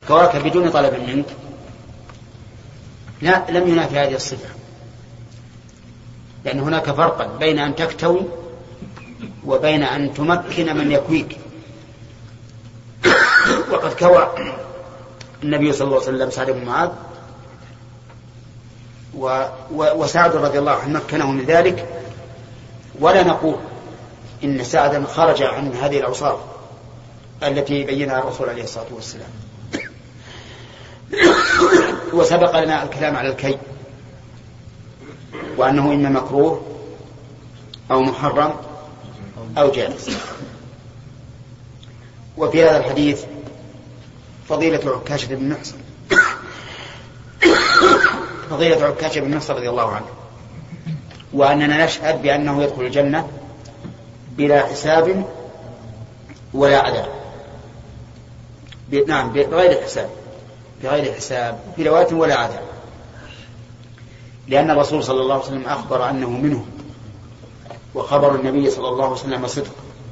كواك بدون طلب منك لا لم ينافي هذه الصفة، لأن هناك فرقا بين أن تكتوي وبين أن تمكن من يكويك. وقد كوى النبي صلى الله عليه وسلم سعد بن معاذ وسعد رضي الله عنه مكنه من ذلك، ولا نقول إن سعدا خرج عن هذه الأوصاف التي بينها الرسول عليه الصلاة والسلام. وسبق لنا الكلام على الكي وأنه إما مكروه أو محرم أو جائز. وفي هذا الحديث فضيلة عكاشة بن محصن رضي الله عنه، وأننا نشهد بأنه يدخل الجنة بلا حساب ولا عذاب. نعم بغير حساب في رواية ولا عذاب، لأن الرسول صلى الله عليه وسلم أخبر أنه منه، وخبر النبي صلى الله عليه وسلم صدق.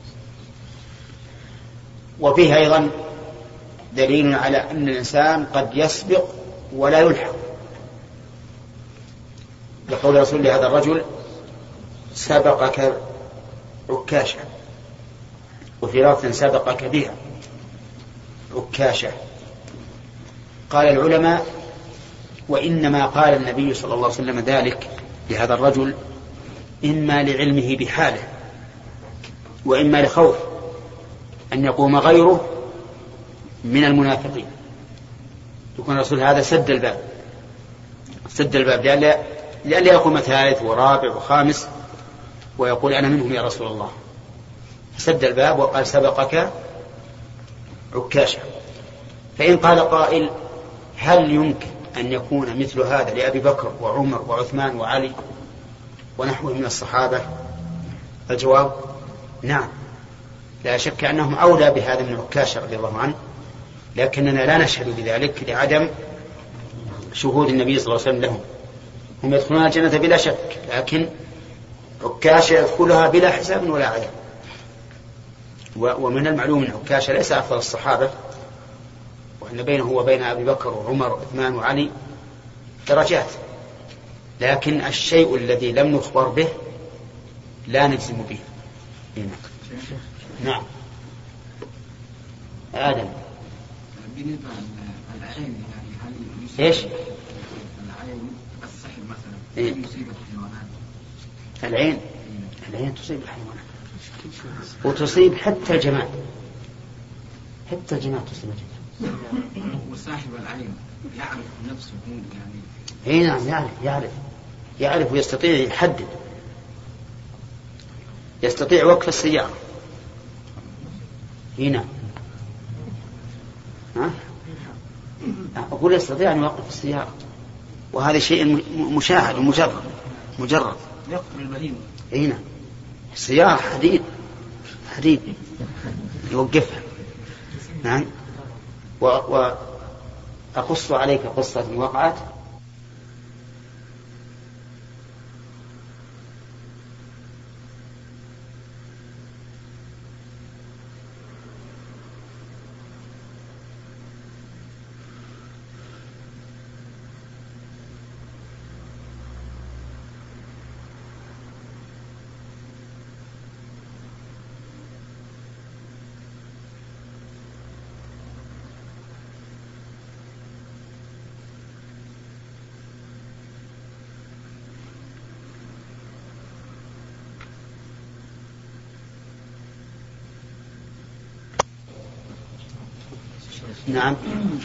وفيه أيضا دليل على أن الإنسان قد يسبق ولا يلحق، لقول رسول لهذا الرجل سبقك عكاشة، وفي لفظ سبقك بها عكاشة. قال العلماء وإنما قال النبي صلى الله عليه وسلم ذلك لهذا الرجل إما لعلمه بحاله وإما لخوف أن يقوم غيره من المنافقين، يكون الرسول هذا سد الباب لأن يقوم ثالث ورابع وخامس ويقول أنا منهم يا رسول الله، سد الباب وقال سبقك عكاشة. فإن قال قائل هل يمكن أن يكون مثل هذا لأبي بكر وعمر وعثمان وعلي ونحوه من الصحابة؟ الجواب نعم، لا شك أنهم أولى بهذا من عكاشة رضي الله عنه، لكننا لا نشهد بذلك لعدم شهود النبي صلى الله عليه وسلم لهم. هم يدخلون الجنة بلا شك، لكن عكاشة يدخلها بلا حساب ولا عذاب. ومن المعلوم أن عكاشة ليس أفضل الصحابة، وأن بينه وبين أبي بكر وعمر وعثمان وعلي درجات، لكن الشيء الذي لم نخبر به لا نجزم به. نعم آدم. بالنسبة للعين يعني هل إيش؟ العين السحر مثلا إيه؟ يصيب الحيوانات؟ العين تصيب الحيوانات وتصيب حتى الجماد، تصيب الجماد. وصاحب العين يعرف نفسه يعني اي نعم يعرف ويستطيع يحدد، يستطيع وقف السيارة. هنا أقول يستطيع أن يوقف السيارة، وهذا شيء مشاهد مجرد يقف البهيمة. هنا السيارة حديد يوقفها. نعم. وأقص عليك قصة وقعت نعم.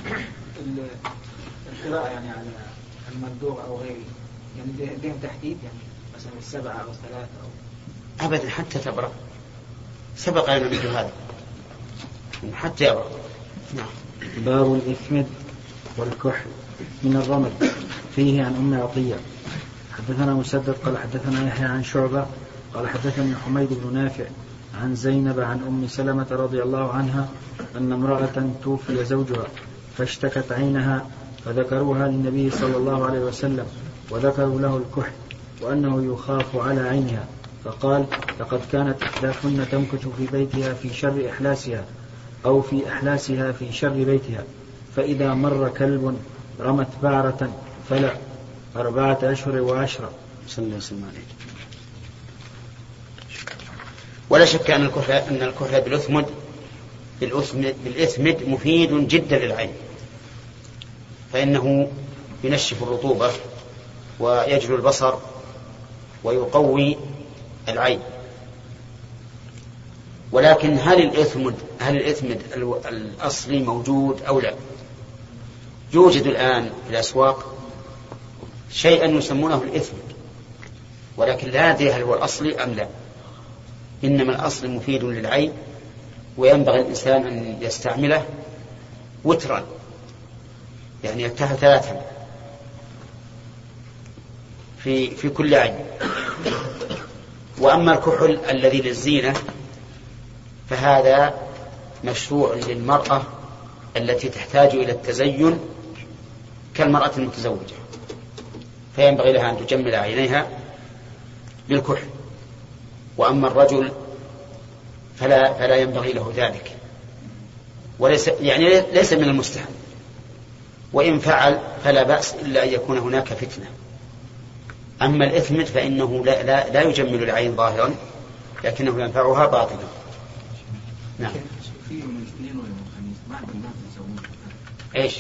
القراءة يعني على المندوب أو غيره يعني لهم تحديد، يعني مثلا 7 أو 3 أو أبدا حتى تبرأ، سبق لنا مثل هذا حتى يبرأ. نعم. باب الإثمد والكحل من الرمل. فيه عن أم عطية حدثنا مسدد قال حدثنا يحيى عن شعبة قال حدثني حميد بن نافع عن زينب عن أم سلمة رضي الله عنها أن امرأة توفي زوجها فاشتكت عينها فذكروها للنبي صلى الله عليه وسلم وذكروا له الكحل وأنه يخاف على عينها، فقال لقد كانت إحداثهن تمكث في بيتها في شر إحلاسها أو في إحلاسها في شر بيتها، فإذا مر كلب رمت بعرة فلع 4 أشهر و10. صلى الله عليه وسلم. ولا شك أن الكحل بالإثمد مفيد جدا للعين، فإنه ينشف الرطوبة ويجلو البصر ويقوي العين. ولكن هل الإثمد الأصلي موجود أو لا؟ يوجد الآن في الأسواق شيئا يسمونه الإثمد، ولكن لا أدري هل هو الأصلي أم لا. إنما الأصل مفيد للعين، وينبغي الإنسان أن يستعمله وترا، يعني يكتفي 3 في كل عين. وأما الكحل الذي للزينة فهذا مشروع للمرأة التي تحتاج إلى التزين كالمرأة المتزوجة، فينبغي لها أن تجمل عينيها بالكحل. وأما الرجل فلا ينبغي له ذلك، ليس من المستحب، وإن فعل فلا بأس إلا أن يكون هناك فتنة. أما الإثمد فإنه لا يجمل العين ظاهرا، لكنه ينفعها باطنا. نعم. في يوم الاثنين ويوم الخميس بعض الناس يسوون ايش؟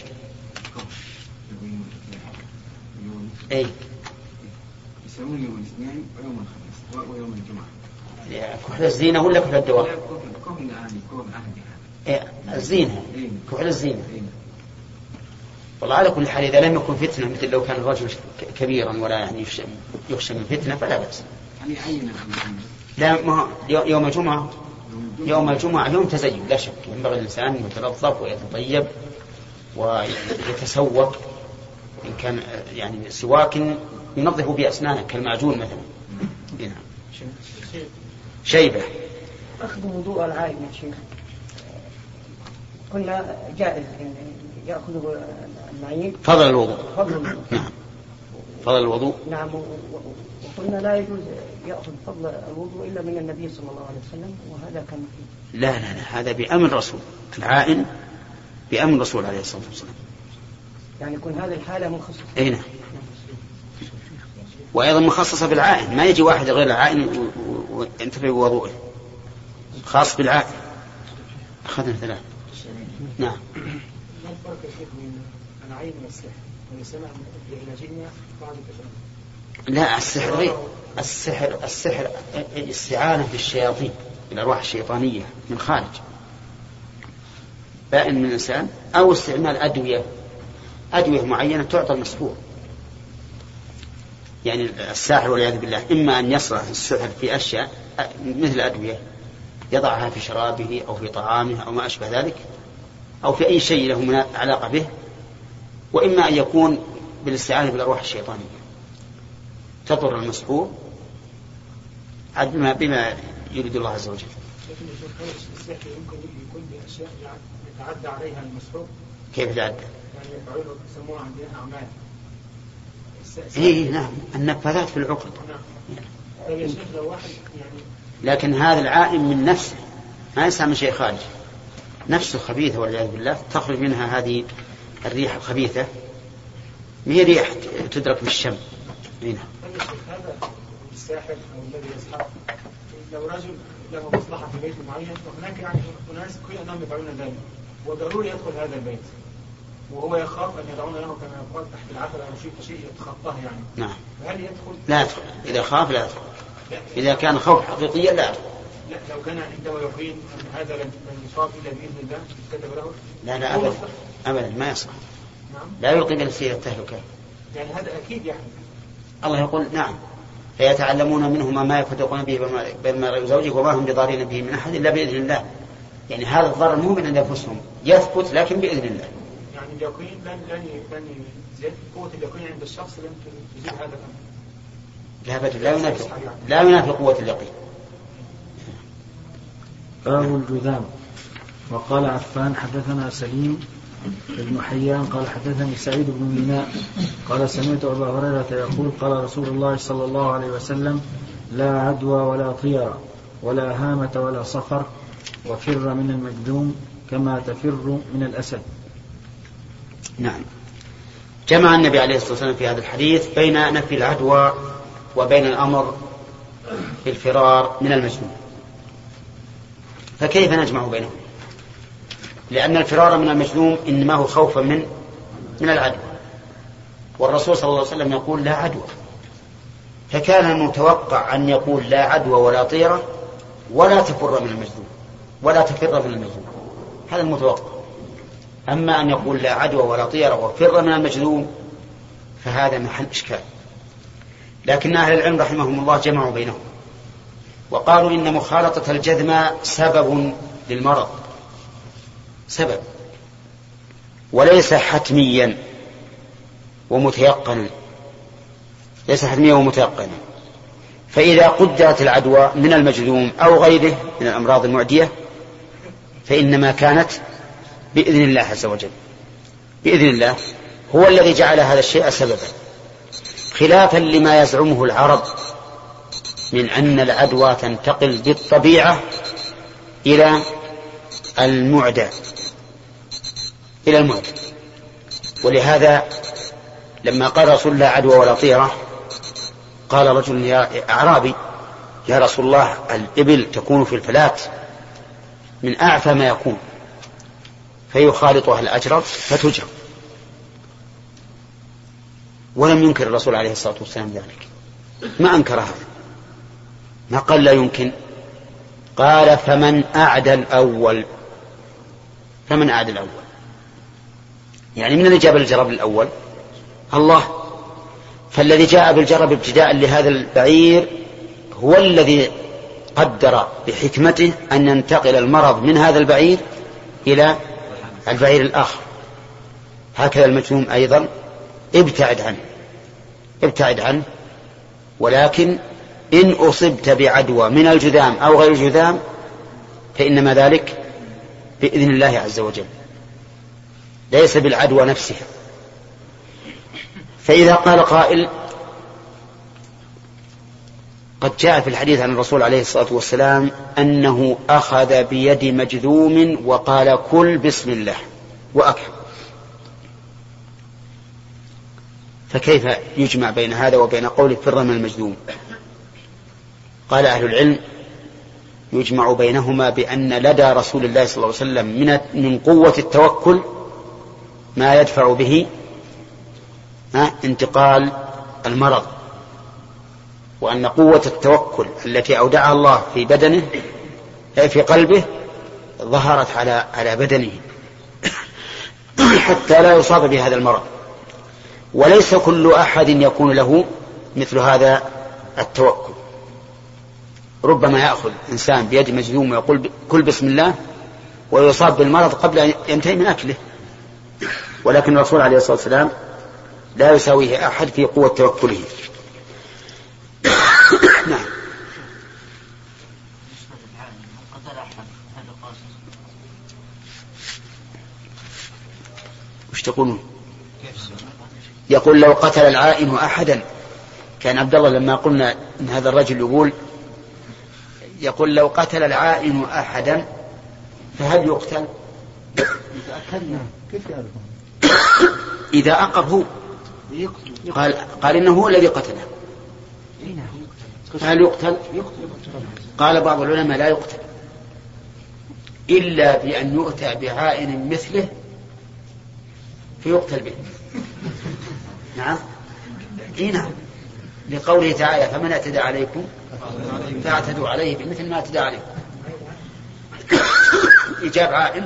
اي يسوون يوم الاثنين ويوم الخميس ويوم الجمعة. كحل الزينة ولا كحل الدواء؟ كحل عادي. الزينة، كحل الزينة. والله على كل حال إذا لم يكن فتنة، مثل لو كان الرجل كبيرا ولا يعني يخشى من فتنة فلا بأس. لا، ما يوم الجمعة يوم تزين لا شك، ينبغي الإنسان يتنظف ويتطيب ويتسوق، إن كان يعني سواك ينظف بأسنانه كالمعجون مثلا. شيبة. أخذ وضوء العائد يا شيخ قلنا جائز، يعني يأخذ المعين فضل الوضوء. نعم، فضل الوضوء. نعم. وقلنا لا يجوز يأخذ فضل الوضوء إلا من النبي صلى الله عليه وسلم، وهذا كان فيه. لا، هذا بأمر رسول العائن، بأمر رسول عليه الصلاة والسلام. يعني يكون هذه الحالة مخصصة. أي نعم. وأيضا مخصصة بالعائن، ما يجي واحد غير العائن وينتفع بوضوءه، خاص بالعائن. أخذنا 3. نعم. ما الفرق يا شيخ بين العين والسحر؟ والسمع بعلاجنا بعض الكلام. لا، السحر غير. السحر الاستعانة بالشياطين، بالأرواح الشيطانية من خارج بائن من الإنسان، أو استعمال أدوية معينة تعطى المسحور. يعني الساحر والعياذ بالله إما أن يصرف السحر في أشياء مثل أدوية يضعها في شرابه أو في طعامه أو ما أشبه ذلك، أو في أي شيء له علاقة به، وإما أن يكون بالاستعانة بالأرواح الشيطانية تضر المسحور بما يريد الله عز وجل. لكن السحر يمكن يكون بأشياء يتعدى عليها المسحور. كيف يتعدى؟ يعني يفعلوا يسموها عندنا أعمال. نعم، النفاذات في العقد. طيب يا شيخ لو واحد يعني. لكن هذا العائن من نفسه ما يسعى من شيء خارج، نفسه خبيثة والعياذ بالله، تخرج منها هذه الريح الخبيثة، هي ريح تدرك بالشم. هنا هذا الساحر أو الذي يسحر، لو رجل له مصلحة في بيت معين، وهناك يعني أناس كل أنهم يفعلون ذلك، وضروري يدخل هذا البيت، وهو يخاف أن يدعون له كما يقال تحت العتبة أو شيء يتخطاه يعني. نعم. فهل يدخل؟ لا يدخل. إذا خاف لا يدخل. إذا كان خوف حقيقيا لا يدخل. لا، لو كان عنده يقين أن هذا لن يصاب إلا بإذن الله كتب له. لا أبدا ما يصح. نعم. لا يلقي بنفسه التهلكة. يعني هذا أكيد يعني. الله يقول نعم، فيتعلمون منهما ما يفرقون به بين المرء وزوجه وما هم بضارين به من أحد إلا بإذن الله. يعني هذا الضرر مو من عند أنفسهم، يثبت لكن بإذن الله. يعني اليقين لن يزيد، قوة اليقين عند الشخص لن تزيد هذا الأمر. لا أبدا، لا ينافي قوة اليقين. باب الجذام. وقال عفان حدثنا سليم بن حيان قال حدثني سعيد بن ميناء قال سمعت أبا هريرة يقول قال رسول الله صلى الله عليه وسلم لا عدوى ولا طيرة ولا هامة ولا صفر، وفر من المجذوم كما تفر من الأسد. نعم. جمع النبي عليه الصلاة والسلام في هذا الحديث بين نفي العدوى وبين الأمر بالفرار من المجنون. فكيف نجمع بينهم؟ لأن الفرار من المجنون إنما هو خوفا من العدوى، والرسول صلى الله عليه وسلم يقول لا عدوى، فكان المتوقع أن يقول لا عدوى ولا طيرة ولا تفر من المجنون ولا تفر من المجنون، هذا المتوقع. أما أن يقول لا عدوى ولا طيرة وفر من المجنون فهذا محل إشكال. لكن أهل العلم رحمهم الله جمعوا بينهم وقالوا إن مخالطة الجذم سبب للمرض، سبب وليس حتميا ومتيقنا، ليس حتميا ومتيقنا. فإذا قدرت العدوى من المجذوم أو غيره من الأمراض المعدية فإنما كانت بإذن الله عز وجل، بإذن الله هو الذي جعل هذا الشيء سببا، خلافا لما يزعمه العرب من أن العدوى تنتقل بالطبيعة إلى المعدى، إلى المعدى. ولهذا لما قال رسول الله عدوى ولا طيرة قال رجل يا أعرابي يا رسول الله الإبل تكون في الفلات من أعفى ما يكون فيخالطها الأجرب فتجر، ولم ينكر الرسول عليه الصلاة والسلام ذلك، ما أنكر هذا، ما قال لا يمكن، قال فمن أعدى الأول، فمن أعدى الأول يعني من الذي جاب الجرب الأول؟ الله. فالذي جاء بالجرب ابتداء لهذا البعير هو الذي قدر بحكمته أن ينتقل المرض من هذا البعير إلى البعير الآخر. هكذا المجنون أيضا ابتعد عنه، ولكن إن أصبت بعدوى من الجذام أو غير الجذام فإنما ذلك بإذن الله عز وجل، ليس بالعدوى نفسها. فإذا قال قائل قد جاء في الحديث عن الرسول عليه الصلاة والسلام أنه أخذ بيد مجذوم وقال كل بسم الله وأكل، فكيف يجمع بين هذا وبين قول فر من المجذوم؟ قال أهل العلم يجمع بينهما بأن لدى رسول الله صلى الله عليه وسلم من قوة التوكل ما يدفع به انتقال المرض، وأن قوة التوكل التي أودعها الله في بدنه في قلبه ظهرت على بدنه حتى لا يصاب بهذا المرض. وليس كل أحد يكون له مثل هذا التوكل، ربما يأخذ إنسان بيد مجذوم ويقول كل بسم الله ويصاب بالمرض قبل أن ينتهي من أكله، ولكن الرسول عليه الصلاة والسلام لا يساويه أحد في قوة توكله. نعم. وش تقولون؟ يقول لو قتل العائن أحدا، كان عبد الله لما قلنا إن هذا الرجل يقول لو قتل العائن أحدا فهل يقتل؟ إذا أقر هو قال إنه هو الذي قتله، فهل يقتل؟ قال بعض العلماء لا يقتل إلا بأن يؤتى بعائن مثله فيقتل به. نعم. نعم، لقوله تعالى فمن اعتدى عليكم فاعتدوا عليه بمثل ما اعتدى عليكم. إجاب عائن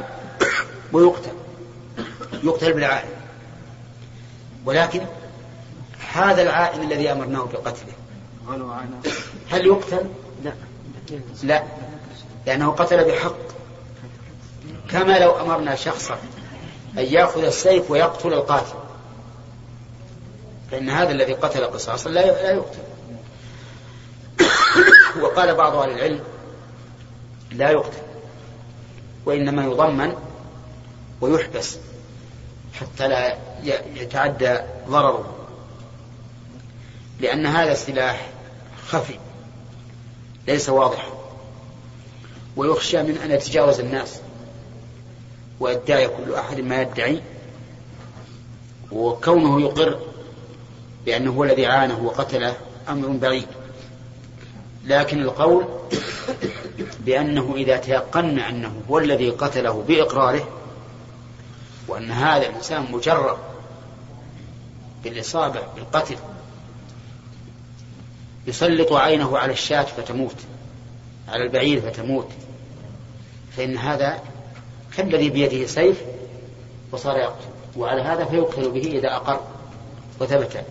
يقتل بالعائن، ولكن هذا العائن الذي أمرناه بقتله هل يقتل؟ لا، لأنه قتل بحق، كما لو أمرنا شخصا أن يأخذ السيف ويقتل القاتل، فإن هذا الذي قتل قصاصا لا يقتل. وقال بعض أهل العلم لا يقتل، وإنما يضمن ويحبس حتى لا يتعدى ضرره، لأن هذا السلاح خفي ليس واضح، ويخشى من أن يتجاوز الناس ويدعي كل أحد ما يدعي وكونه يقر بأنه هو الذي عانه وقتله أمر بعيد، لكن القول بأنه إذا تيقن أنه هو الذي قتله بإقراره وأن هذا الإنسان مجرب بالإصابة بالقتل يسلط عينه على الشاة فتموت، على البعير فتموت، فإن هذا كالذي بيده سيف وصار يقتل، وعلى هذا فيقتل به إذا أقر وثبت.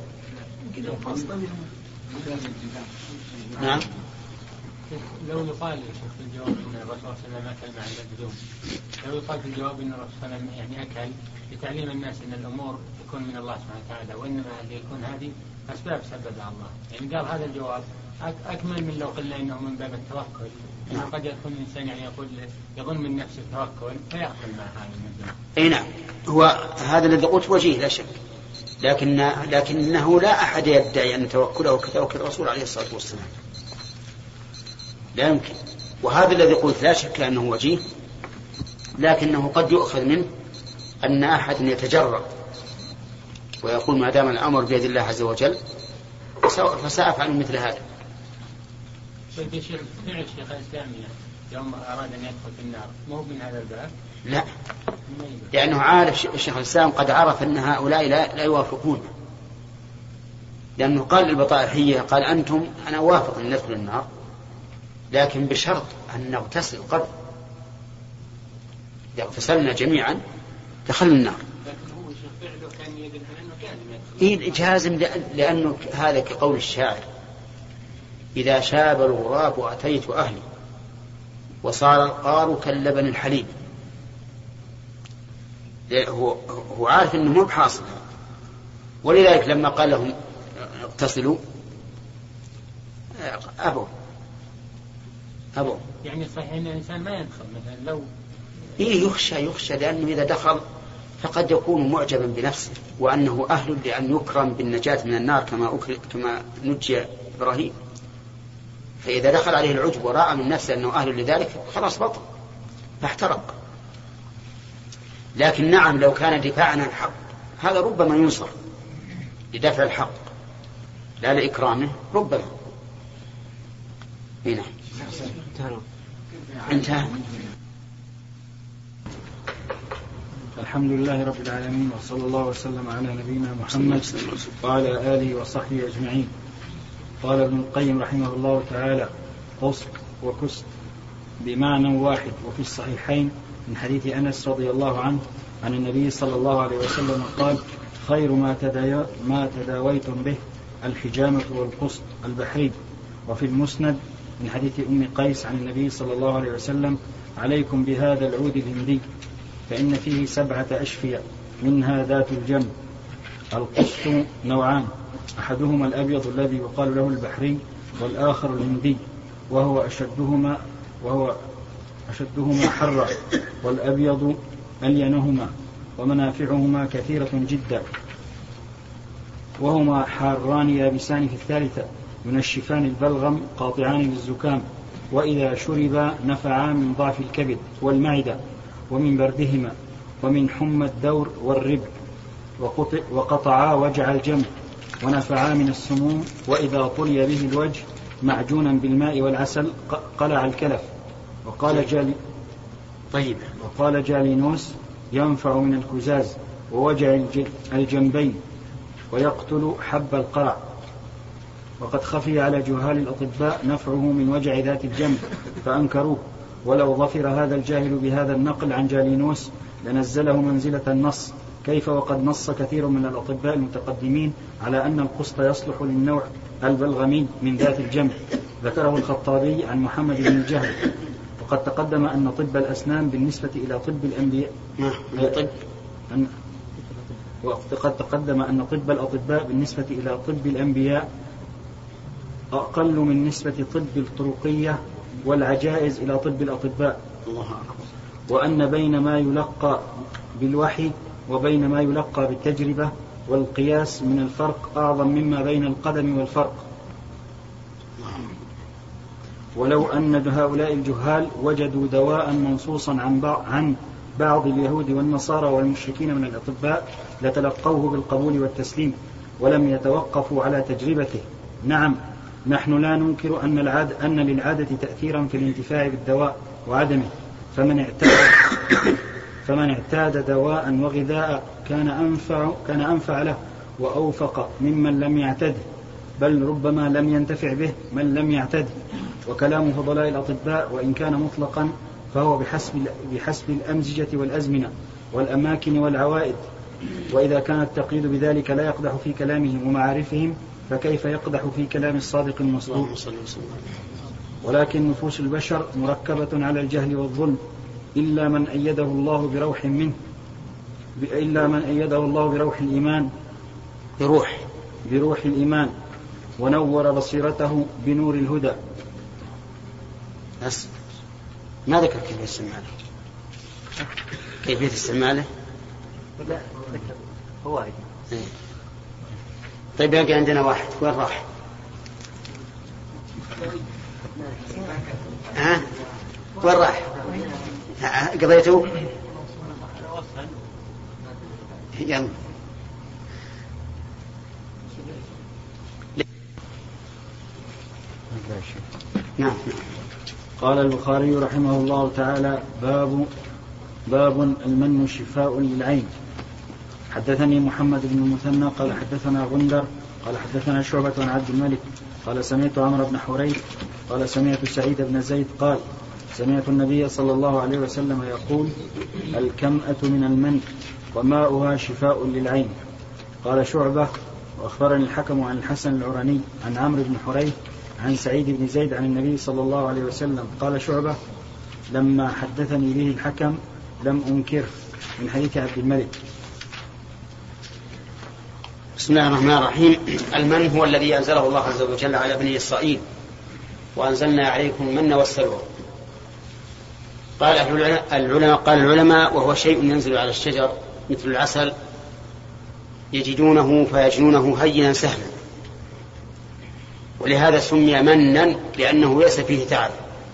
نعم. لو يقال في الجواب ان الرسول صلى الله عليه وسلم اكل مع المجذوم، لو يقال في الجواب ان الرسول صلى الله عليه وسلم يعني اكل لتعليم الناس ان الامور تكون من الله سبحانه وتعالى، وانما اللي يكون هذه اسباب سببها الله، يعني قال هذا الجواب اكمل من لو قلنا انه من باب التوكل، انه قد يكون الانسان يعني يقول يظن من نفسه التوكل فيأكل مع هذا المجذوم. اي نعم، هو هذا الذي قلت وجيه لا شك، لكنه لا احد يدعي ان توكله كتوكل الرسول عليه الصلاه والسلام، لا يمكن. وهذا الذي قلت لا شك أنه وجيه، لكنه قد يؤخذ منه أن أحد يتجرأ ويقول ما دام الأمر بيد الله عز وجل فسأفعل مثل هذا. فعل شيخ الإسلام يوم أراد أن يدخل في النار مو من هذا الباب؟ لا، لأنه عارف شيخ الإسلام قد عرف أن هؤلاء لا يوافقون، لأنه قال للبطائحية قال أنتم أنا أوافق أن ندخل النار لكن بشرط أن نغتسل قبل، إذا اغتسلنا جميعا دخلنا النار. إيه جازم، لأنه هذا كقول الشاعر إذا شاب الغراب وأتيت أهلي وصار القار كاللبن الحليب. هو عارف أنه مو بحاصل، ولذلك لما قال لهم اغتسلوا أبو يعني صحيح أن الإنسان ما يدخل مثلا لو يخشى لأنه إذا دخل فقد يكون معجبا بنفسه وأنه أهل لأن يكرم بالنجاة من النار كما نجي إبراهيم، فإذا دخل عليه العجب ورأى من نفسه أنه أهل لذلك خلاص بطل فاحترق. لكن نعم لو كان دفاعا عن الحق هذا ربما ينصر لدفع الحق لا لإكرامه، ربما. هنا انتهى. الحمد لله رب العالمين، وصلى الله وسلم على نبينا محمد وعلى آله وصحبه أجمعين. قال ابن القيم رحمه الله تعالى: قسط وكست بمعنى واحد. وفي الصحيحين من حديث أنس رضي الله عنه عن النبي صلى الله عليه وسلم قال: خير ما تداويتم به الحجامة والقسط البحري. وفي المسند من حديث أم قيس عن النبي صلى الله عليه وسلم: عليكم بهذا العود الهندي فإن فيه 7 أشفية منها ذات الجنب. القسط نوعان، أحدهما الأبيض الذي يقال له البحري، والآخر الهندي وهو أشدهما حرا، والأبيض ألينهما ومنافعهما كثيرة جدا، وهما حاران يابسان في الثالثة، ينشفان البلغم قاطعان للزكام، وإذا شربا نفعا من ضعف الكبد والمعدة ومن بردهما ومن حمى الدور والربع، وقطعا وجع الجنب ونفعا من السموم، وإذا طلي به الوجه معجونا بالماء والعسل قلع الكلف. وقال جالينوس: ينفع من الكزاز ووجع الجنبين ويقتل حب القرع. وقد خفي على جهال الأطباء نفعه من وجع ذات الجنب فأنكروه، ولو ظفر هذا الجاهل بهذا النقل عن جالينوس لنزله منزلة النص، كيف وقد نص كثير من الأطباء المتقدمين على أن القسط يصلح للنوع البلغمي من ذات الجنب. ذكره الخطابي عن محمد بن الجهل. وقد تقدم أن طب الأسنان بالنسبة إلى طب الأنبياء وقد تقدم أن طب الأطباء بالنسبة إلى طب الأنبياء أقل من نسبة طب الطرقية والعجائز إلى طب الأطباء، وأن بين ما يلقى بالوحي وبين ما يلقى بالتجربة والقياس من الفرق أعظم مما بين القدم والفرق. ولو أن هؤلاء الجهال وجدوا دواء منصوصا عن بعض اليهود والنصارى والمشركين من الأطباء لتلقوه بالقبول والتسليم ولم يتوقفوا على تجربته. نعم، نحن لا ننكر أن للعادة تأثيرا في الانتفاع بالدواء وعدمه، فمن اعتاد دواء وغذاء كان أنفع له وأوفق ممن لم يعتده، بل ربما لم ينتفع به من لم يعتده. وكلام فضلاء الأطباء وإن كان مطلقا فهو بحسب الأمزجة والأزمنة والأماكن والعوائد، وإذا كان التقييد بذلك لا يقدح في كلامهم ومعارفهم فكيف يقدح في كلام الصادق المصدوق؟ ولكن نفوس البشر مركبة على الجهل والظلم إلا من أيده الله بروح منه، إلا من أيده الله بروح الإيمان، بروح الإيمان ونور بصيرته بنور الهدى. ما ذكر كيفية استعماله؟ كيفية استعماله؟ لا ذكر فوائد. طيب يبقى عندنا واحد، وين راح؟ وين راح؟ قضيته؟ يلا. نعم. قال البخاري رحمه الله تعالى: باب المن شفاء للعين. حدثني محمد بن المثنى قال حدثنا غندر قال حدثنا شعبة عن عبد الملك قال سمعت عمرو بن حريث قال سمعت سعيد بن زيد قال سمعت النبي صلى الله عليه وسلم يقول: الكمأة من المن وماؤها شفاء للعين. قال شعبة: وأخبرني الحكم عن الحسن العراني عن عمرو بن حريث عن سعيد بن زيد عن النبي صلى الله عليه وسلم. قال شعبة: لما حدثني به الحكم لم أنكر، من حديث عبد الملك. بسم الله الرحمن الرحيم. المن هو الذي أنزله الله عز وجل على بني إسرائيل: وأنزلنا عليكم المن والسلوى. قال العلماء وهو شيء ينزل على الشجر مثل العسل يجدونه فيجنونه هينا سهلا، ولهذا سمي منا لأنه ليس فيه تعب.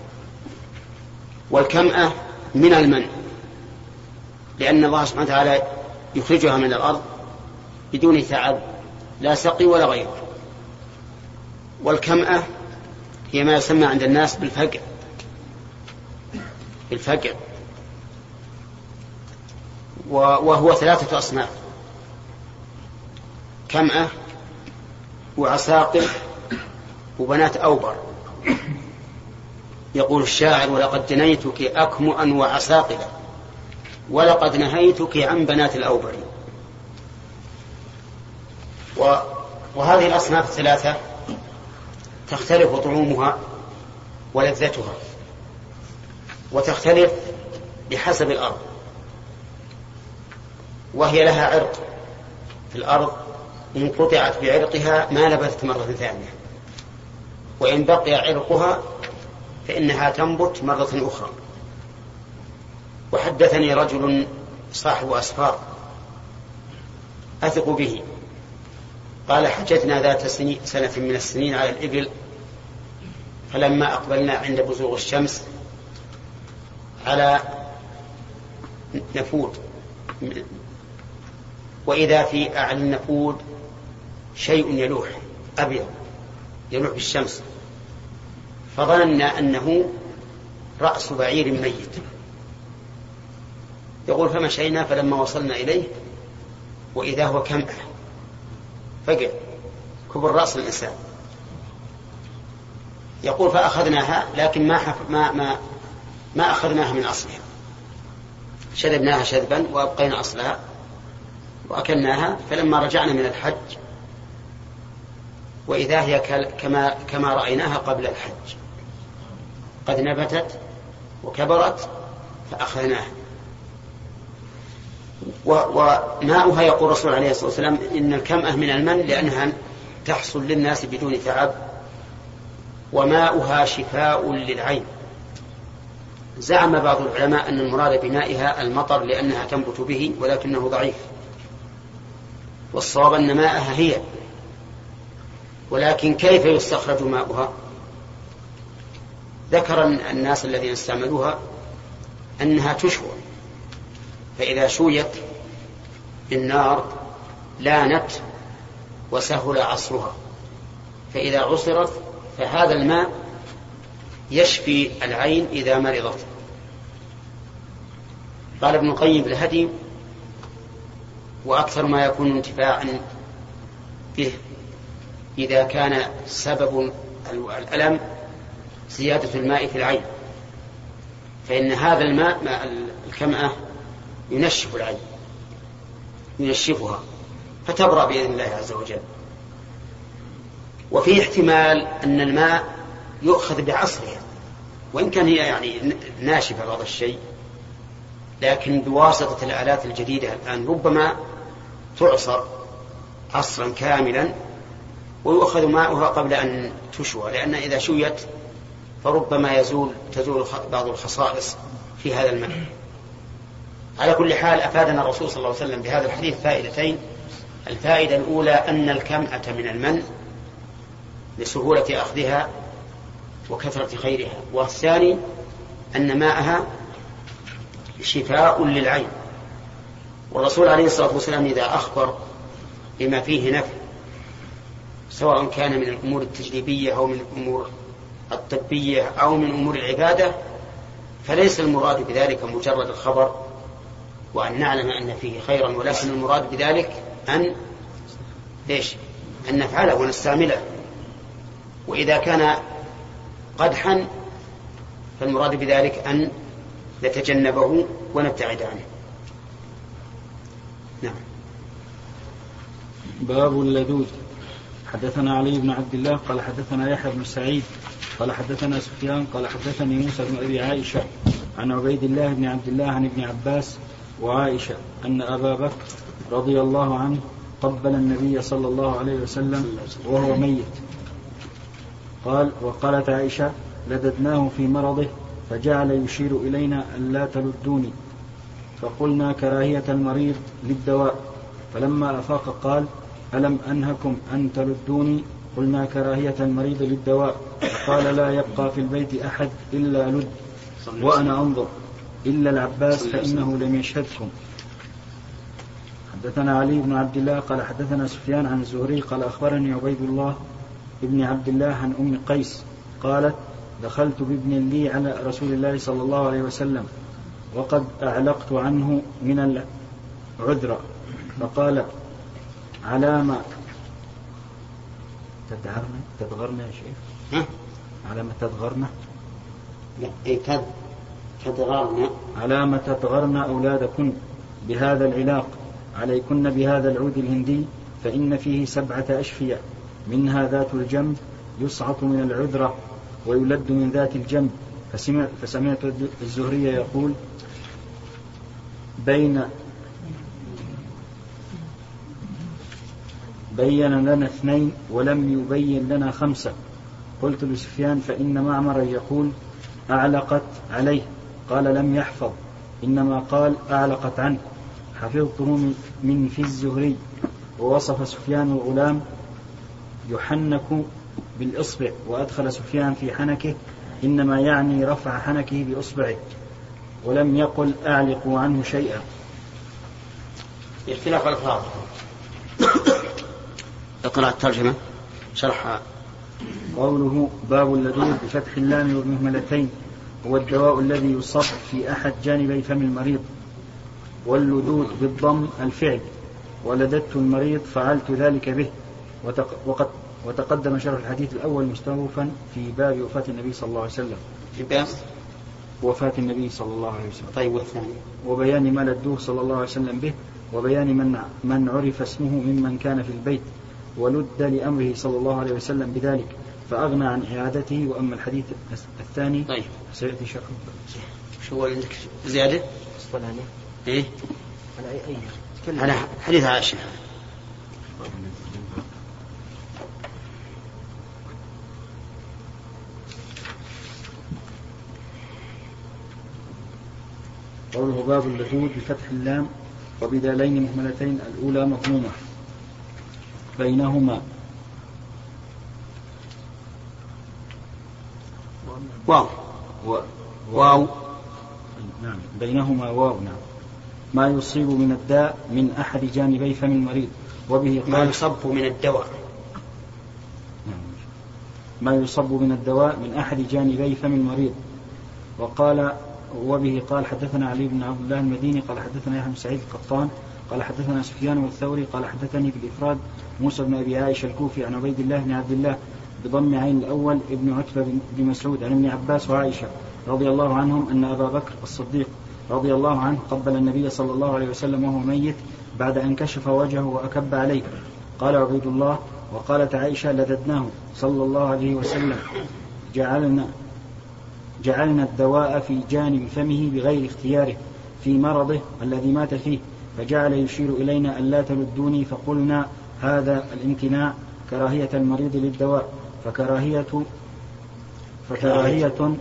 والكمأة من المن لأن الله سبحانه وتعالى يخرجها من الأرض بدون تعب، لا سقي ولا غيره. والكمأة هي ما يسمى عند الناس بالفقع، وهو 3 أصناف: كمأة وعساقل وبنات أوبر. يقول الشاعر: ولقد جنيتك أكمؤا وعساقلا ولقد نهيتك عن بنات الأوبر. وهذه الأصناف 3 تختلف طعومها ولذتها، وتختلف بحسب الأرض، وهي لها عرق في الأرض إن قطعت بعرقها ما نبتت مرة ثانية، وإن بقي عرقها فإنها تنبت مرة أخرى. وحدثني رجل صاحب أسفار أثق به قال: حجتنا ذات سنة من السنين على الإبل، فلما أقبلنا عند بزوغ الشمس على نفود، وإذا في أعلى النفود شيء يلوح أبيض يلوح بالشمس، فظننا أنه رأس بعير ميت. يقول: فمشينا فلما وصلنا إليه وإذا هو كمأة فقع كبر رأس الإنسان. يقول: فأخذناها لكن ما أخذناها من أصلها، شذبناها شذبا وأبقينا أصلها وأكلناها. فلما رجعنا من الحج وإذا هي كما رأيناها قبل الحج، قد نبتت وكبرت فأخذناها. وماؤها يقول الرسول عليه الصلاة والسلام إن الكمأة من المن لأنها تحصل للناس بدون تعب، وماؤها شفاء للعين. زعم بعض العلماء أن المراد بمائها المطر لأنها تنبت به، ولكنه ضعيف، والصواب أن ماءها هي. ولكن كيف يستخرج ماؤها؟ ذكر الناس الذين استعملوها أنها تشوى، فإذا شويت بالنار لانت وسهل عصرها، فإذا عصرت فهذا الماء يشفي العين إذا مرضت. قال ابن القيم الهدي: وأكثر ما يكون انتفاعا به إذا كان سبب الألم زيادة الماء في العين، فإن هذا الماء ماء الكمأة ينشف العين، ينشفها فتبرأ بإذن الله عز وجل. وفي احتمال أن الماء يؤخذ بعصرها، وإن كان هي يعني ناشفة بعض الشيء، لكن بواسطة الآلات الجديدة الآن ربما تعصر عصرا كاملا ويؤخذ ماؤها قبل أن تشوى، لأن إذا شويت فربما تزول بعض الخصائص في هذا الماء. على كل حال أفادنا الرسول صلى الله عليه وسلم بهذا الحديث فائدتين: الفائدة الأولى أن الكمأة من المن لسهولة أخذها وكثرة خيرها، والثاني أن ماءها شفاء للعين. والرسول عليه الصلاة والسلام إذا أخبر بما فيه نفع سواء كان من الأمور التجريبية أو من الأمور الطبية أو من أمور العبادة، فليس المراد بذلك مجرد الخبر وأن نعلم أن فيه خيرا، ولكن المراد بذلك أن نفعله ونستعمله. وإذا كان قدحا فالمراد بذلك أن نتجنبه ونبتعد عنه. نعم. باب اللدود. حدثنا علي بن عبد الله قال حدثنا يحيى بن سعيد قال حدثنا سفيان قال حدثني موسى بن أبي عائشة عن عبيد الله بن عبد الله عن ابن عباس وعائشة أن أبا بكر رضي الله عنه قبل النبي صلى الله عليه وسلم وهو ميت. قال: وقالت عائشة: لددناه في مرضه فجعل يشير إلينا أن لا تلدوني، فقلنا: كراهية المريض للدواء. فلما أفاق قال: ألم أنهكم أن تلدوني؟ قلنا: كراهية المريض للدواء. فقال: لا يبقى في البيت أحد إلا لد وأنا أنظر، إلا العباس فإنه لم يشهدكم. حدثنا علي بن عبد الله قال حدثنا سفيان عن الزهري قال أخبرني عبيد الله ابن عبد الله عن أم قيس قالت: دخلت بابن لي على رسول الله صلى الله عليه وسلم وقد أعلقت عنه من العذر، فقال: على ما تدغرن يا شيخ؟ على ما تدغرن؟ على ما تدغرن أولادكن بهذا العلاق، عليكن بهذا العود الهندي، فإن فيه 7 أشفية، منها ذات الجنب يسعط من العذرة ويلد من ذات الجنب. فسمعت الزهري يقول: بين لنا 2 ولم يبين لنا 5. قلت لسفيان: فإن معمر يقول: أعلقت عليه. قال: لم يحفظ، إنما قال: أعلقت عنه. حفظته من في الزهري. ووصف سفيان الغلام يحنك بالإصبع، وأدخل سفيان في حنكه إنما يعني رفع حنكه بإصبعه، ولم يقل أعلقوا عنه شيئا. اختلاف الألفاظ. اقرأ الترجمة شرح. قوله: باب اللدود بفتح اللام والمهملتين هو الدواء الذي يصب في أحد جانبي فم المريض، واللدود بالضم الفعل، ولددت المريض فعلت ذلك به. وتقدم شرح الحديث الأول مستوفا في باب وفاة النبي صلى الله عليه وسلم. في باب وفاة النبي صلى الله عليه وسلم. طيب، والثاني وبيان ما لدوه صلى الله عليه وسلم به، وبيان من عرف اسمه ممن كان في البيت ولد لأمره صلى الله عليه وسلم بذلك فأغنى عن إعادته. وأما الحديث الثاني طيب سيأتي شرحه. شو عندك زيادة؟ إيه؟ على حديث عائشة. قوله: باب اللدود بفتح اللام وبدالين مهملتين، الأولى مضمومة بينهما واو. نعم، بينهما واو. نعم. ما يصيب من الداء من أحد جانبي فم المريض، وبه ما قال يصب من الدواء. ما يصب من الدواء من أحد جانبي فم المريض. وقال وبه قال حدثنا علي بن عبد الله المديني قال حدثنا يحيى بن سعيد القطان قال حدثنا سفيان والثوري قال حدثني بالإفراد موسى بن أبي عائشة الكوفي عن عبيد الله بن عبد الله بضم عين الأول ابن عتبة بن مسعود عن ابن عباس وعائشة رضي الله عنهم أن أبا بكر الصديق رضي الله عنه قبل النبي صلى الله عليه وسلم وهو ميت بعد أن كشف وجهه وأكب عليه. قال عبيد الله وقالت عائشة لذدناه صلى الله عليه وسلم جعلنا الدواء في جانب فمه بغير اختياره في مرضه الذي مات فيه فجعل يشير إلينا ألا تلدوني فقلنا هذا الامتناع كراهية المريض للدواء فكراهية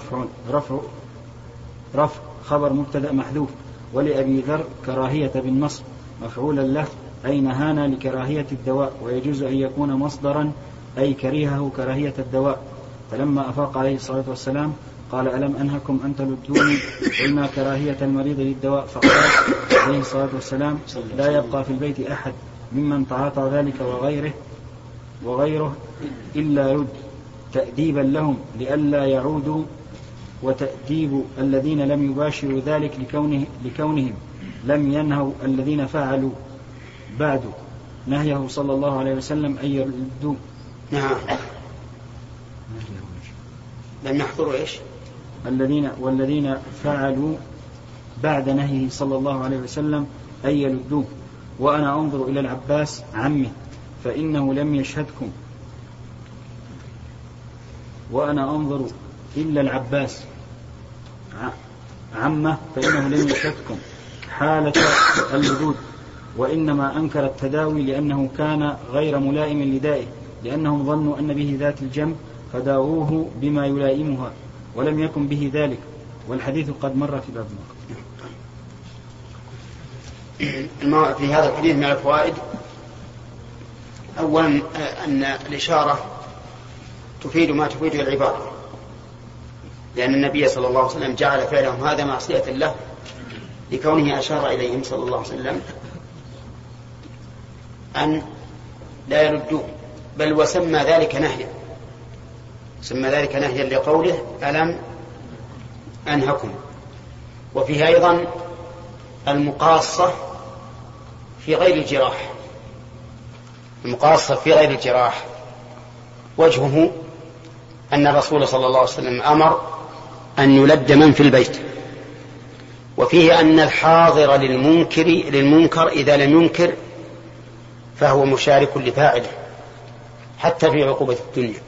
رفع خبر مبتدأ محذوف ولأبي ذر كراهية بالنصب مفعولا له أي نهانا لكراهية الدواء ويجوز أن يكون مصدرا أي كريهه كراهية الدواء. فلما أفاق عليه الصلاة والسلام قال ألم أنهكم أن تلدوني قلنا كراهية المريض للدواء فقال عليه الصلاة والسلام لا يبقى في البيت أحد ممن تعاطى ذلك وغيره إلا رد تأديبا لهم لئلا يعودوا وتأديب الذين لم يباشروا ذلك لكونهم لم ينهوا الذين فعلوا بعد نهيه صلى الله عليه وسلم أن يردوا. نعم لم يحضروا إيش والذين فعلوا بعد نهيه صلى الله عليه وسلم أن يلدوه. وأنا أنظر إلى العباس عمه فإنه لم يشهدكم وأنا أنظر إلا العباس عمه فإنه لم يشهدكم حالة اللدود وإنما أنكر التداوي لأنه كان غير ملائم لدائه لأنهم ظنوا أن به ذات الجنب فداووه بما يلائمها ولم يكن به ذلك والحديث قد مر في باب في هذا الحديث من الفوائد أولا أن الإشارة تفيد ما تفيده العبارة لأن النبي صلى الله عليه وسلم جعل فعلهم هذا معصية له لكونه أشار إليهم صلى الله عليه وسلم أن لا يردوه بل وسمى ذلك نهيا لقوله ألم أنهكم. وفيه أيضا المقاصة في غير الجراح وجهه أن الرسول صلى الله عليه وسلم أمر أن يلد من في البيت. وفيه أن الحاضر للمنكر إذا لم ينكر فهو مشارك لفاعله حتى في عقوبة الدنيا.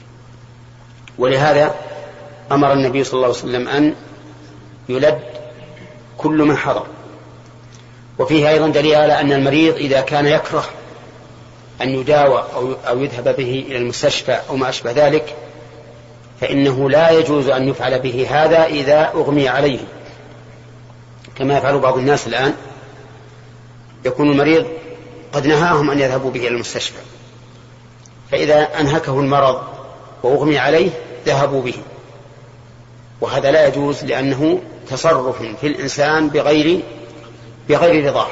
ولهذا أمر النبي صلى الله عليه وسلم أن يلد كل من حضر. وفيه أيضا دليل على أن المريض إذا كان يكره أن يداوى أو يذهب به إلى المستشفى أو ما أشبه ذلك فإنه لا يجوز أن يفعل به هذا إذا أغمي عليه كما يفعل بعض الناس الآن. يكون المريض قد نهاهم أن يذهبوا به إلى المستشفى فإذا أنهكه المرض وأغمي عليه ذهبوا به وهذا لا يجوز لأنه تصرف في الإنسان بغير رضاه.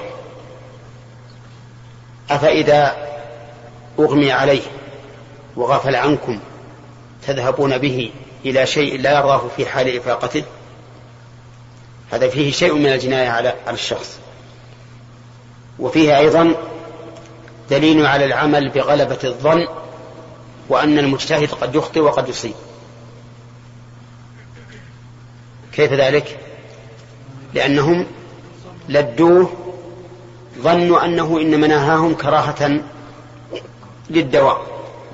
أفإذا أغمي عليه وغفل عنكم تذهبون به إلى شيء لا يرضاه في حال إفاقته؟ هذا فيه شيء من الجناية على الشخص. وفيه أيضا دليل على العمل بغلبة الظن وأن المجتهد قد يخطئ وقد يصيب. كيف ذلك؟ لأنهم لدوه ظنوا أنه إنما نهاهم كراهة للدواء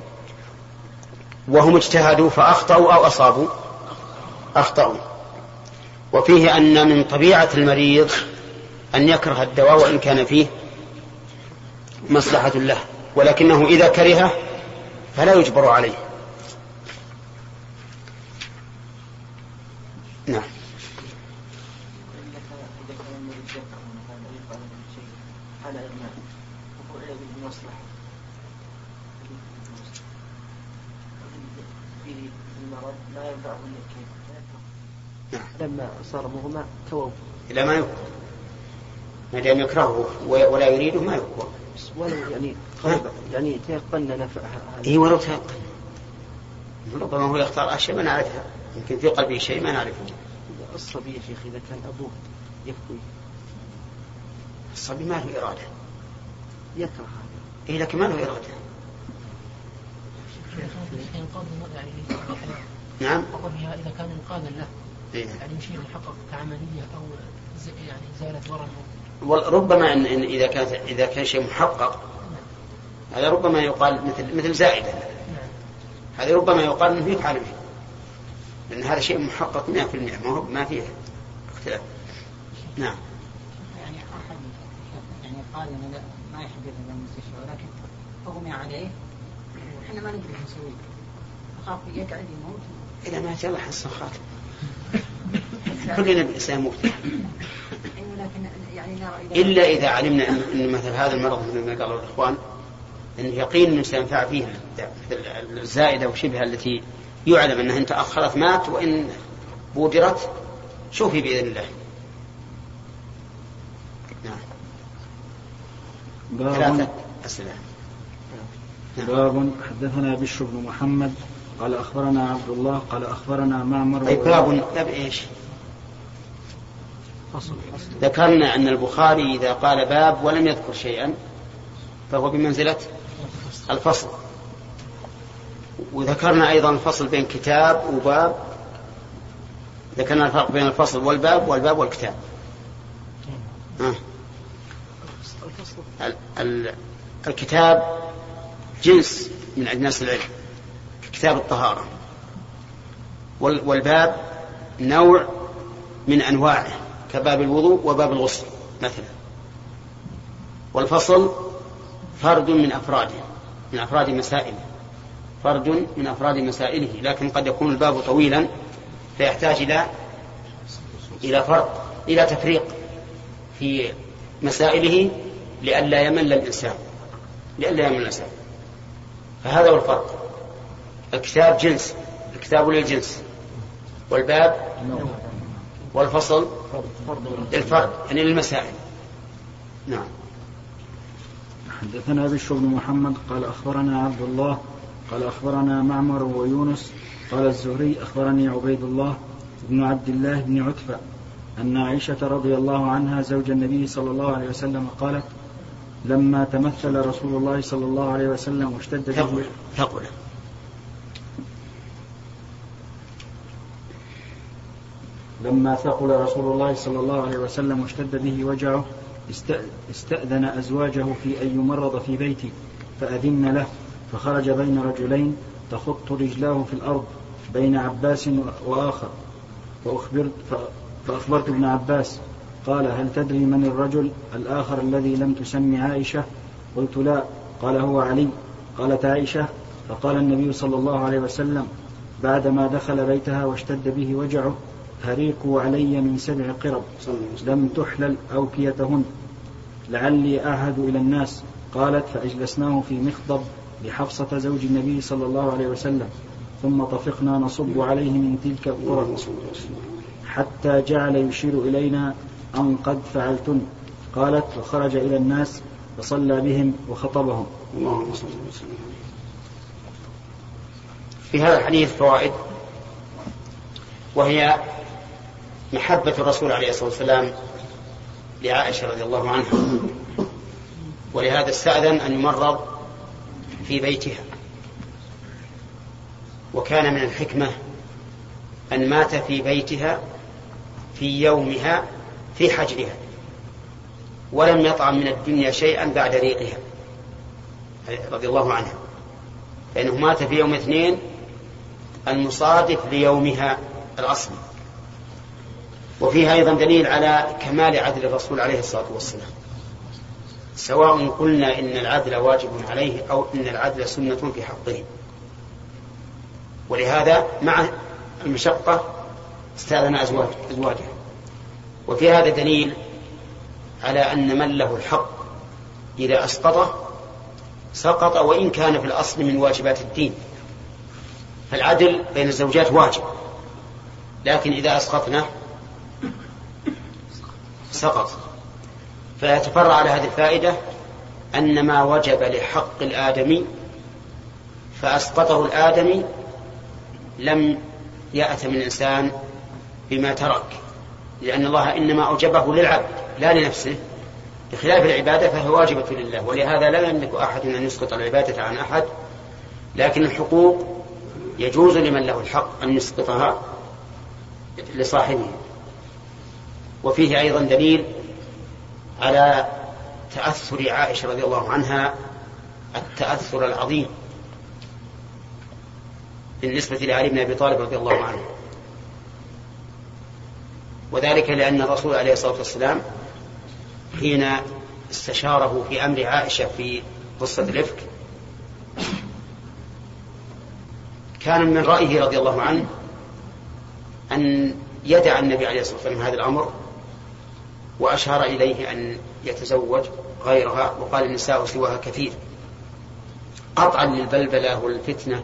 وهم اجتهدوا فأخطأوا أو أخطأوا. وفيه أن من طبيعة المريض أن يكره الدواء وإن كان فيه مصلحة له ولكنه إذا كرهه فلا يجبر عليه. نعم. لما صار مغمى توه إلا ما يكره ما دام يكرهه ولا يريده ما يكره بس ولو يعني يعني تيقنا نفعها. إيه ولو تيقن، ربما هو يختار أشياء ما نعرفها، يمكن في قلبه شيء ما نعرفه. الصبي يا شيخ إذا كان أبوه يكوي، الصبي ما له إرادة، يكره هذا. إيه لكن ما له إرادة. نعم. إذا كان إنقاذا له يعني شيء محقق كعملية أو يعني إزالة ورم. ربما إن إذا كان شيء محقق هذا ربما يقال مثل زائدة، هذا ربما يقال إنه يفعل به، لأن هذا شيء محقق 100% ما فيه اختلاف. نعم. يعني أحد يعني قال أنا ما يحب يذهب المستشفى ولكن أغمي عليه وإحنا ما ندري نسوي، أخاف يقعد يموت. إذا ما جاء حسن خاتم كلنا الإنسان مبتلى، إلا إذا علمنا أن مثل هذا المرض مثل ما قالوا الإخوان أن يقين أنه سينفع فيها مثل الزائدة وشبهها التي يعلم أنها إن تأخرت مات وإن بودرت شوفي بإذن الله. نعم. ثلاثة أسئلة. باب حدثنا بشر بن محمد قال أخبرنا عبد الله قال أخبرنا معمر. طيب باب إيش؟ ذكرنا أن البخاري إذا قال باب ولم يذكر شيئا فهو بمنزلة الفصل، وذكرنا أيضا الفصل بين كتاب وباب، ذكرنا الفرق بين الفصل والباب والكتاب. الكتاب جنس من أجناس العلم كتاب الطهارة، والباب نوع من أنواعه كباب الوضوء وباب الغسل مثلا. والفصل فرد من أفراد مسائله، فرد من أفراد مسائله، لكن قد يكون الباب طويلا فيحتاج إلى فرق، إلى تفريق في مسائله لئلا يمل الإنسان، فهذا هو الفرق. الكتاب جنس، الكتاب للجنس، والباب والفصل للفرد يعني للمسائل. نعم. حدثنا بشر بن محمد قال أخبرنا عبد الله قال أخبرنا معمر ويونس قال الزهري أخبرني عبيد الله بن عبد الله بن عتبة أن عائشة رضي الله عنها زوج النبي صلى الله عليه وسلم قالت لما تمثل رسول الله صلى الله عليه وسلم واشتد به لما ثقل رسول الله صلى الله عليه وسلم واشتد به وجعه استأذن أزواجه في أن يمرض في بيتي فأذن له، فخرج بين رجلين تخط رجلاه في الأرض بين عباس وآخر، فأخبرت ابن عباس قال هل تدري من الرجل الآخر الذي لم تسمي عائشة؟ قلت لا. قال هو علي. قالت عائشة فقال النبي صلى الله عليه وسلم بعدما دخل بيتها واشتد به وجعه هريقوا علي من 7 قرب لم تحلل أوكيتهن لعلي أعهد إلى الناس. قالت فأجلسناه في مخضب لحفصة زوج النبي صلى الله عليه وسلم ثم طفقنا نصب عليه من تلك القرب حتى جعل يشير إلينا أن قد فعلتن. قالت وخرج إلى الناس فصلى بهم وخطبهم. في هذا الحديث فوائد، وهي محبة الرسول عليه الصلاة والسلام لعائشة رضي الله عنها، ولهذا استأذن أن يمرض في بيتها، وكان من الحكمة أن مات في بيتها في يومها في حجرها ولم يطعم من الدنيا شيئا بعد ريقها رضي الله عنها، فإنه مات في يوم 2 المصادف ليومها الأصلي. وفيها أيضا دليل على كمال عدل الرسول عليه الصلاة والسلام، سواء قلنا إن العدل واجب عليه أو إن العدل سنة في حقه، ولهذا مع المشقة استأذن أزواجه. وفي هذا دليل على أن من له الحق إذا أسقطه سقط وإن كان في الأصل من واجبات الدين، فالعدل بين الزوجات واجب، لكن إذا أسقطنا سقط. فيتفرع على هذه الفائدة أن ما وجب لحق الآدمي فأسقطه الآدمي لم يأتم الإنسان بما ترك، لأن الله إنما أوجبه للعبد لا لنفسه، بخلاف العبادة فهي واجبة لله، ولهذا لا يملك أحد أن يسقط العبادة عن أحد، لكن الحقوق يجوز لمن له الحق أن يسقطها لصاحبه. وفيه أيضا دليل على تأثر عائشة رضي الله عنها التأثر العظيم بالنسبة لعلي بن أبي طالب رضي الله عنه، وذلك لأن الرسول عليه الصلاة والسلام حين استشاره في أمر عائشة في قصة الإفك كان من رأيه رضي الله عنه أن يدع النبي عليه الصلاة والسلام هذا الأمر، وأشار إليه أن يتزوج غيرها، وقال النساء سواها كثير قطعا للبلبلة والفتنة.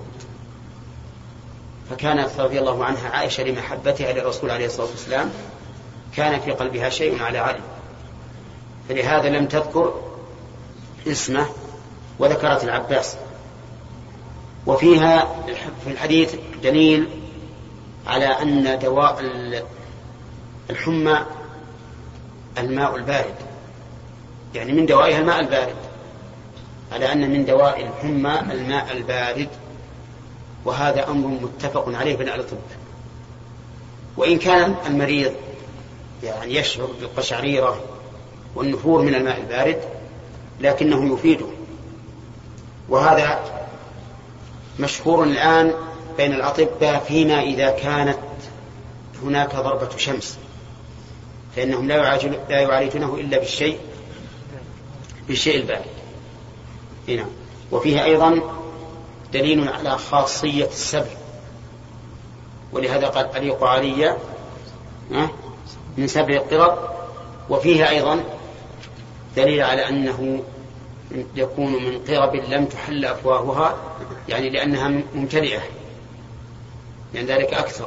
فكانت رضي الله عنها عائشة لمحبتها للرسول عليه الصلاة والسلام كان في قلبها شيء على علي، فلهذا لم تذكر اسمه وذكرت العباس. وفيها في الحديث دليل على أن دواء الحمى الماء البارد، يعني من دوائها الماء البارد، على أن من دواء الحمى الماء البارد، وهذا أمر متفق عليه بين أهل الطب. وإن كان المريض يعني يشعر بالقشعريرة والنفور من الماء البارد لكنه يفيده، وهذا مشهور الآن بين الأطباء فيما إذا كانت هناك ضربة شمس، فإنهم لا يعالجونه إلا بالشيء البارد. هنا وفيه أيضا دليل على خاصية السبع، ولهذا قال أليق علي من سبع القرب. وفيه أيضا دليل على أنه يكون من قرب لم تحل أفواهها، يعني لأنها ممتلئة، يعني ذلك أكثر.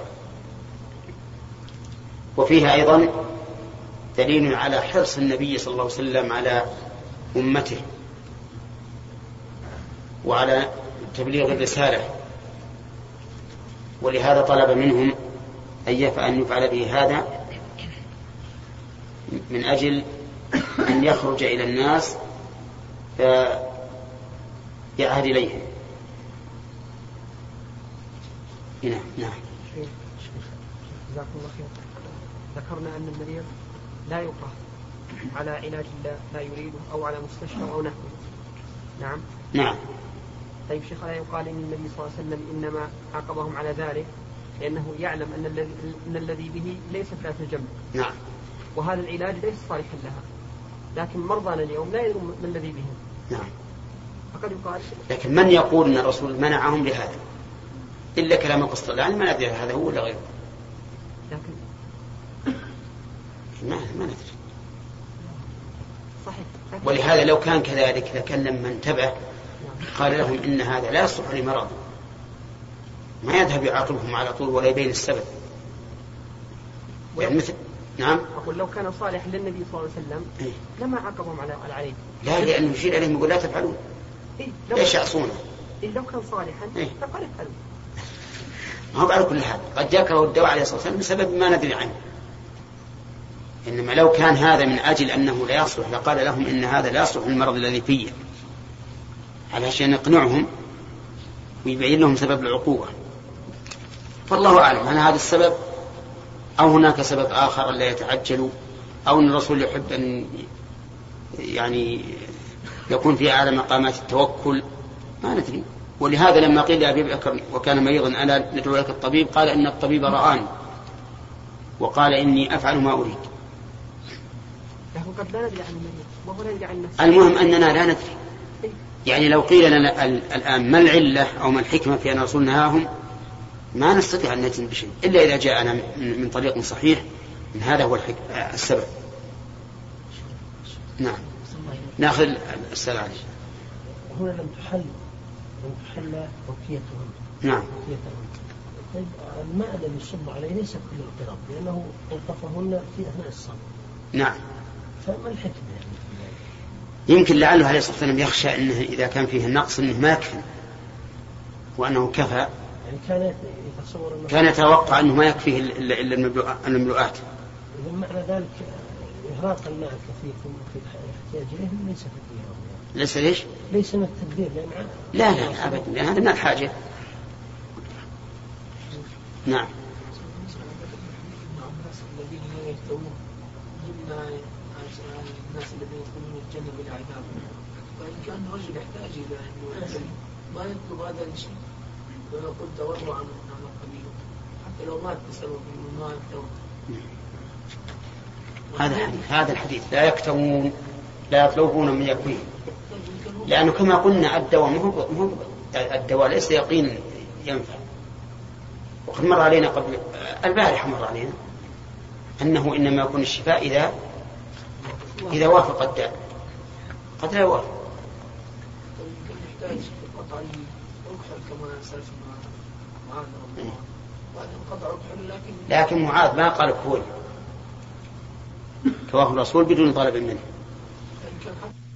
وفيه أيضا دليل على حرص النبي صلى الله عليه وسلم على أمته وعلى تبليغ الرسالة، ولهذا طلب منهم أن يفعل به هذا من أجل أن يخرج إلى الناس فيعهد إليهم. نعم. جزاكم الله خير. ذكرنا أن المريض لا يكره على علاج لا يريده أو على مستشفى أو نحوه. نعم. طيب شيخ، لا يقال إن النبي صلى الله عليه وسلم إنما عاقبهم على ذلك لأنه يعلم أن الذي به ليس ذات الجنب. نعم. وهذا العلاج ليس صالحا لها، لكن مرضانا اليوم لا يدرون من الذي بهم. نعم. فقد يقال. لكن من يقول أن الرسول منعهم لهذا إلا كلام القسطلاني؟ ما ندري هذا هو ولا غيره، لكن ما ندري. صحيح. ولهذا لو كان كذلك لكلم من تبعه قال لهم إن هذا لا يصلح لمرض، ما يذهب يعاقبهم على طول ولا يبين السبب. يعني مثل نعم. أقول لو كان صالح للنبي صلى الله عليه وسلم لما عاقبهم على العيب. لا، لأنه يشير عليهم يقول لا تفعلون. ليش يعصونه؟ لو كان صالحا فقال افعلوا. ما هو على كل حال قد يكره الدواء عليه الصلاة والسلام بسبب ما ندري عنه، إنما لو كان هذا من أجل أنه لا يصلح لقال لهم إن هذا لا يصلح المرض الذي فيه، علشان يقنعهم ويبين لهم سبب العقوبة. فالله أعلم هل هذا السبب أو هناك سبب آخر لا يتعجلوا، أو أن الرسول يحب أن يعني يكون في أعلى مقامات التوكل، ما ندري. ولهذا لما قيل لأبي بكر وكان مريضا ألا ندعو لك الطبيب، قال إن الطبيب رآني وقال إني أفعل ما أريد. قد لا ندري عن المريض وهو لا يدري عن نفسه. المهم أننا لا ندري. يعني لو قيل لنا الآن ما العلة أو ما الحكمة في أن الرسول نهاهم ما نستطيع أن نجزم بشيء إلا إذا جاءنا من طريق صحيح من هذا هو السبب. نعم. نأخذ السلام عليكم. هنا لم تحل توفيتهم. نعم. طيب الماء الذي يصب عليه ليس كل اضطراب لأنه اوقفهن في أثناء الصلاة. نعم. فما الحكمة يعني؟ يمكن لعله عليه الصلاة والسلام يخشى أنه إذا كان فيه النقص أنه ما يكفي وأنه كفى، يعني كان يتوقع أنه ما يكفيه إلا المملوءات. إذا معنى ذلك إهراق الماء الكثير في احتياج إليه ليس تدبير. ليس ليش؟ ليس من التدبير لأن لا أبدا، لأن هذا من الحاجة. نعم. الذين لا يهتمون الناس الذين يدخلون الجنة بلا عذاب، فإن كان الرجل يحتاج إلى أنه ما يطلب هذا الشيء ويقول تورعا على قليل حتى لو مات بسبب أنه ما يكتوم. هذا الحديث لا يكتمون لا يطلبون من يكوين، لأنه كما قلنا الدواء ليس يقين ينفع. وقد مر علينا قبل البارحة مر علينا أنه إنما يكون الشفاء إذا وافق الداء، قد لا يوافق. يحتاج قطع الركحل كما سلف معاذ بعد قطع الركحل، لكن معاذ ما قال كوي، توافق الرسول بدون طلب منه.